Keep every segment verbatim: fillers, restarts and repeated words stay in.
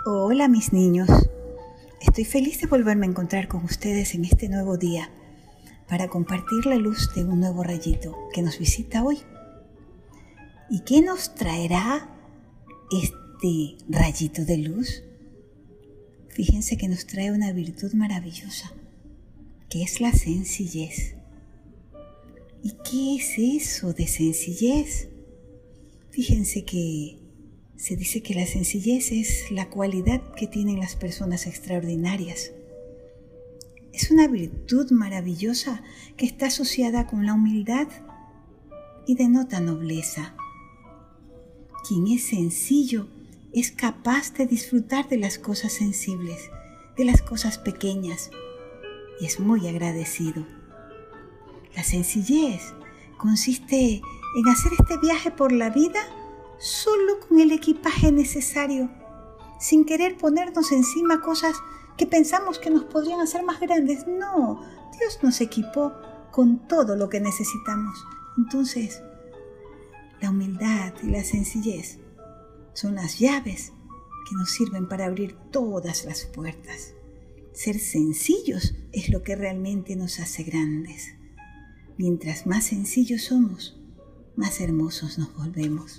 Hola mis niños, estoy feliz de volverme a encontrar con ustedes en este nuevo día para compartir la luz de un nuevo rayito que nos visita hoy. ¿Y qué nos traerá este rayito de luz? Fíjense que nos trae una virtud maravillosa, que es la sencillez. ¿Y qué es eso de sencillez? Fíjense que se dice que la sencillez es la cualidad que tienen las personas extraordinarias. Es una virtud maravillosa que está asociada con la humildad y denota nobleza. Quien es sencillo es capaz de disfrutar de las cosas sensibles, de las cosas pequeñas, y es muy agradecido. La sencillez consiste en hacer este viaje por la vida solo con el equipaje necesario, sin querer ponernos encima cosas que pensamos que nos podrían hacer más grandes. No, Dios nos equipó con todo lo que necesitamos. Entonces, la humildad y la sencillez son las llaves que nos sirven para abrir todas las puertas. Ser sencillos es lo que realmente nos hace grandes. Mientras más sencillos somos, más hermosos nos volvemos.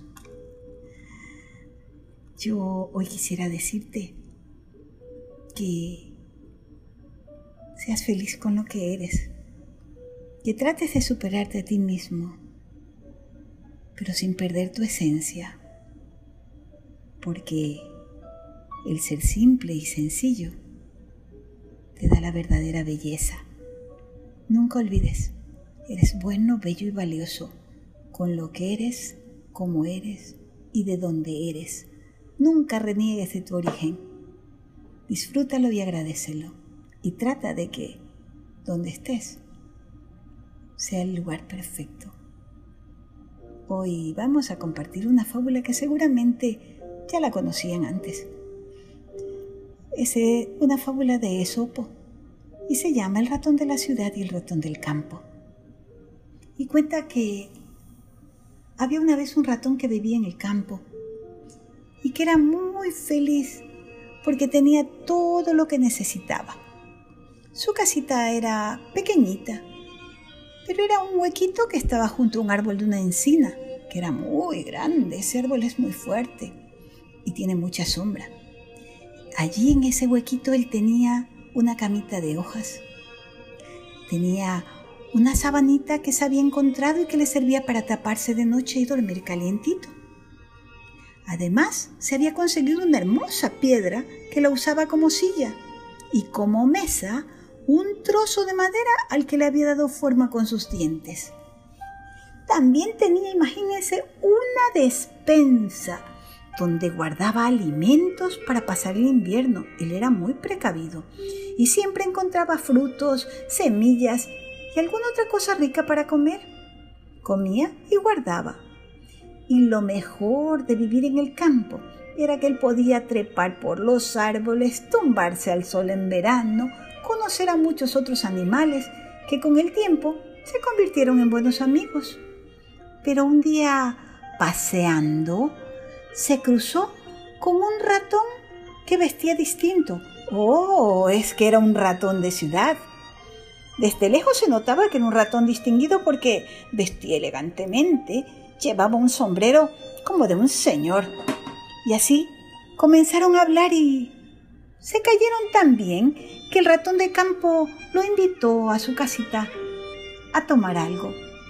Yo hoy quisiera decirte que seas feliz con lo que eres, que trates de superarte a ti mismo, pero sin perder tu esencia, porque el ser simple y sencillo te da la verdadera belleza. Nunca olvides, eres bueno, bello y valioso con lo que eres, como eres y de dónde eres. Nunca reniegues de tu origen. Disfrútalo y agradécelo. Y trata de que, donde estés, sea el lugar perfecto. Hoy vamos a compartir una fábula que seguramente ya la conocían antes. Es una fábula de Esopo y se llama El ratón de la ciudad y el ratón del campo. Y cuenta que había una vez un ratón que vivía en el campo y que era muy feliz porque tenía todo lo que necesitaba. Su casita era pequeñita, pero era un huequito que estaba junto a un árbol de una encina, que era muy grande. Ese árbol es muy fuerte y tiene mucha sombra. Allí en ese huequito él tenía una camita de hojas. Tenía una sabanita que se había encontrado y que le servía para taparse de noche y dormir calientito. Además, se había conseguido una hermosa piedra que la usaba como silla y como mesa un trozo de madera al que le había dado forma con sus dientes. También tenía, imagínense, una despensa donde guardaba alimentos para pasar el invierno. Él era muy precavido y siempre encontraba frutos, semillas y alguna otra cosa rica para comer. Comía y guardaba. Y lo mejor de vivir en el campo era que él podía trepar por los árboles, tumbarse al sol en verano, conocer a muchos otros animales que con el tiempo se convirtieron en buenos amigos. Pero un día, paseando, se cruzó con un ratón que vestía distinto. ¡Oh! Es que era un ratón de ciudad. Desde lejos se notaba que era un ratón distinguido porque vestía elegantemente, llevaba un sombrero como de un señor. Y así comenzaron a hablar y se cayeron tan bien que el ratón de campo lo invitó a su casita a tomar algo.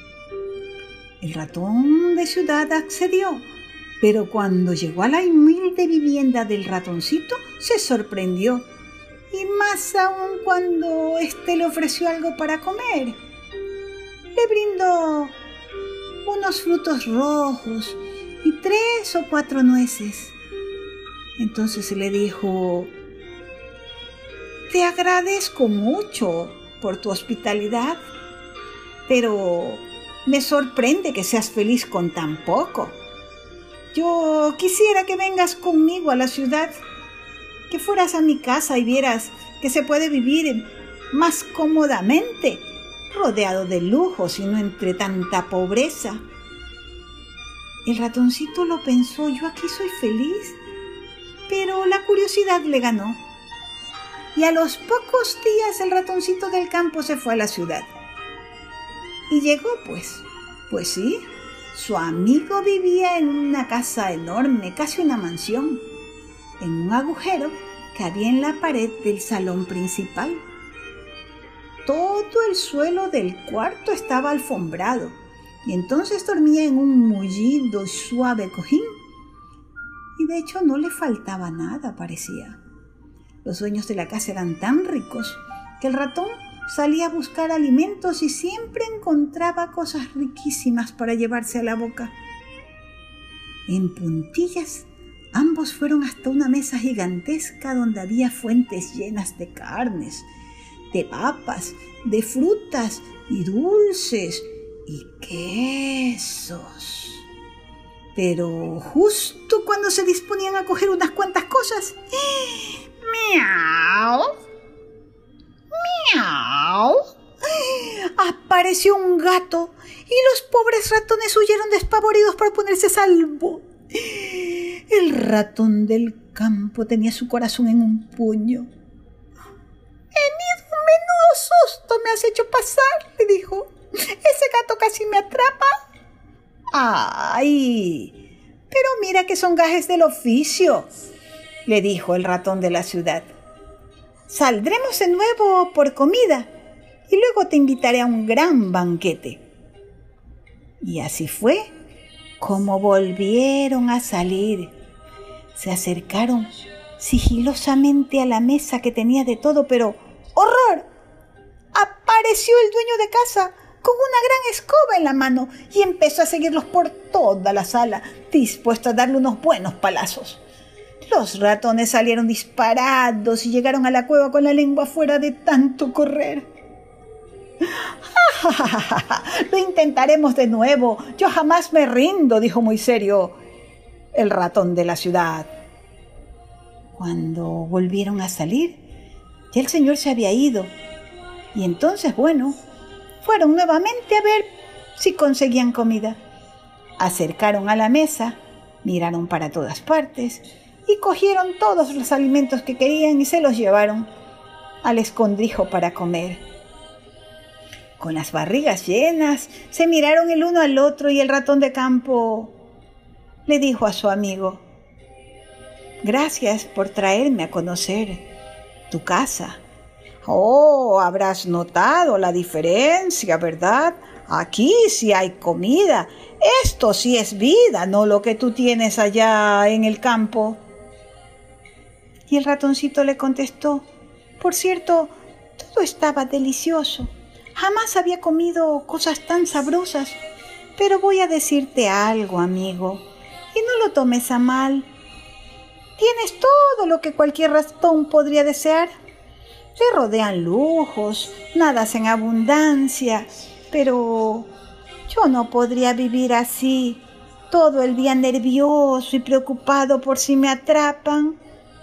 El ratón de ciudad accedió, pero cuando llegó a la humilde vivienda del ratoncito se sorprendió, y más aún cuando éste le ofreció algo para comer. Le brindó unos frutos rojos y tres o cuatro nueces. Entonces le dijo: te agradezco mucho por tu hospitalidad, pero me sorprende que seas feliz con tan poco. Yo quisiera que vengas conmigo a la ciudad, que fueras a mi casa y vieras que se puede vivir más cómodamente, rodeado de lujos y no entre tanta pobreza. El ratoncito lo pensó: yo aquí soy feliz. pero la curiosidad le ganó. Y a los pocos días el ratoncito del campo se fue a la ciudad. Y llegó pues, pues sí, su amigo vivía en una casa enorme, casi una mansión, en un agujero que había en la pared del salón principal. Todo el suelo del cuarto estaba alfombrado y entonces dormía en un mullido y suave cojín. Y de hecho no le faltaba nada, parecía. Los dueños de la casa eran tan ricos que el ratón salía a buscar alimentos y siempre encontraba cosas riquísimas para llevarse a la boca. En puntillas, ambos fueron hasta una mesa gigantesca donde había fuentes llenas de carnes, de papas, de frutas y dulces y quesos. Pero justo cuando se disponían a coger unas cuantas cosas, ¡miau! ¡miau! Apareció un gato y los pobres ratones huyeron despavoridos para ponerse a salvo. El ratón del campo tenía su corazón en un puño. «Menudo susto me has hecho pasar», le dijo. «Ese gato casi me atrapa». «Ay, pero mira que son gajes del oficio», le dijo el ratón de la ciudad. «Saldremos de nuevo por comida y luego te invitaré a un gran banquete». Y así fue como volvieron a salir. Se acercaron sigilosamente a la mesa que tenía de todo, pero ¡horror! Apareció el dueño de casa con una gran escoba en la mano y empezó a seguirlos por toda la sala, dispuesto a darle unos buenos palazos. Los ratones salieron disparados y llegaron a la cueva con la lengua fuera de tanto correr. «Lo intentaremos de nuevo. Yo jamás me rindo», dijo muy serio el ratón de la ciudad. Cuando volvieron a salir, ya el señor se había ido. Y entonces, bueno, fueron nuevamente a ver si conseguían comida. Acercaron a la mesa, miraron para todas partes y cogieron todos los alimentos que querían y se los llevaron al escondrijo para comer. Con las barrigas llenas, se miraron el uno al otro y el ratón de campo le dijo a su amigo: «Gracias por traerme a conocer tu casa. Oh, habrás notado la diferencia, ¿verdad? Aquí sí hay comida. Esto sí es vida, no lo que tú tienes allá en el campo». Y el ratoncito le contestó: «Por cierto, todo estaba delicioso. Jamás había comido cosas tan sabrosas. Pero voy a decirte algo, amigo, y no lo tomes a mal. Tienes todo lo que cualquier ratón podría desear. Te rodean lujos, nadas en abundancia, pero yo no podría vivir así, todo el día nervioso y preocupado por si me atrapan.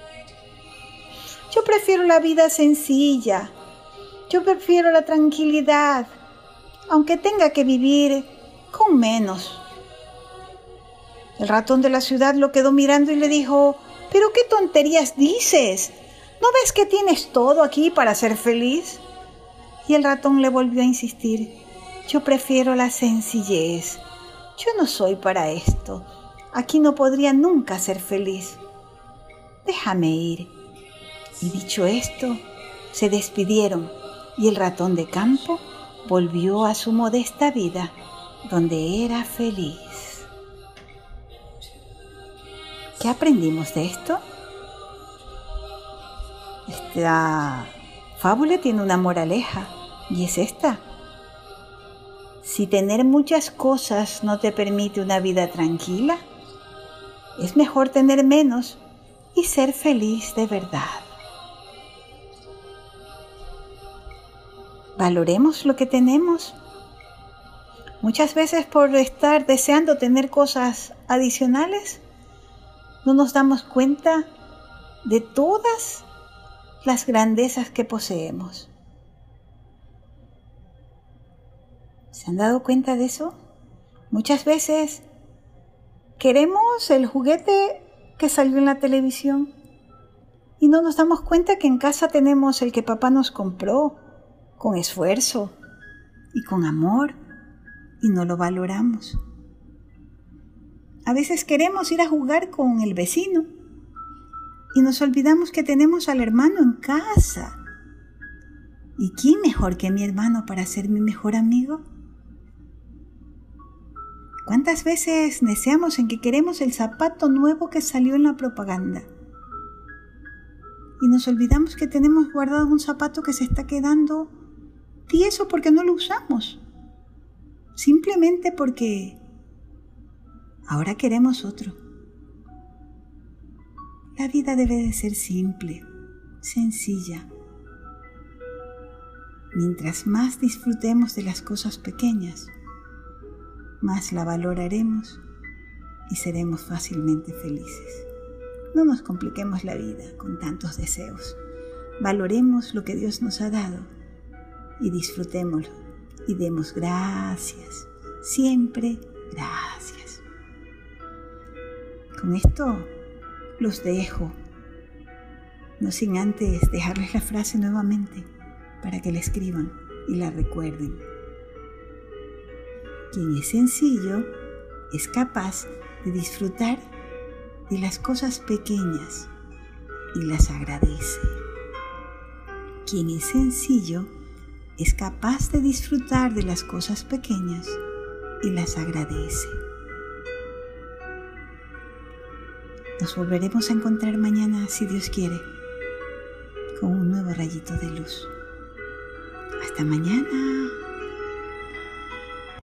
Yo prefiero la vida sencilla, yo prefiero la tranquilidad, aunque tenga que vivir con menos». El ratón de la ciudad lo quedó mirando y le dijo: «¿Pero qué tonterías dices? ¿No ves que tienes todo aquí para ser feliz?». Y el ratón le volvió a insistir: «Yo prefiero la sencillez. Yo no soy para esto. Aquí no podría nunca ser feliz. Déjame ir». Y dicho esto, se despidieron y el ratón de campo volvió a su modesta vida, donde era feliz. ¿Qué aprendimos de esto? Esta fábula tiene una moraleja, y es esta: si tener muchas cosas no te permite una vida tranquila, es mejor tener menos y ser feliz de verdad. Valoremos lo que tenemos. Muchas veces, por estar deseando tener cosas adicionales, no nos damos cuenta de todas las grandezas que poseemos. ¿Se han dado cuenta de eso? Muchas veces queremos el juguete que salió en la televisión y no nos damos cuenta que en casa tenemos el que papá nos compró con esfuerzo y con amor y no lo valoramos. A veces queremos ir a jugar con el vecino y nos olvidamos que tenemos al hermano en casa. ¿Y quién mejor que mi hermano para ser mi mejor amigo? ¿Cuántas veces neceamos en que queremos el zapato nuevo que salió en la propaganda? Y nos olvidamos que tenemos guardado un zapato que se está quedando tieso porque no lo usamos. Simplemente porque ahora queremos otro. La vida debe de ser simple, sencilla. Mientras más disfrutemos de las cosas pequeñas, más la valoraremos y seremos fácilmente felices. No nos compliquemos la vida con tantos deseos. Valoremos lo que Dios nos ha dado y disfrutémoslo y demos gracias, siempre gracias. Con esto los dejo, no sin antes dejarles la frase nuevamente para que la escriban y la recuerden. Quien es sencillo es capaz de disfrutar de las cosas pequeñas y las agradece. Quien es sencillo es capaz de disfrutar de las cosas pequeñas y las agradece. Nos volveremos a encontrar mañana, si Dios quiere, con un nuevo rayito de luz. Hasta mañana.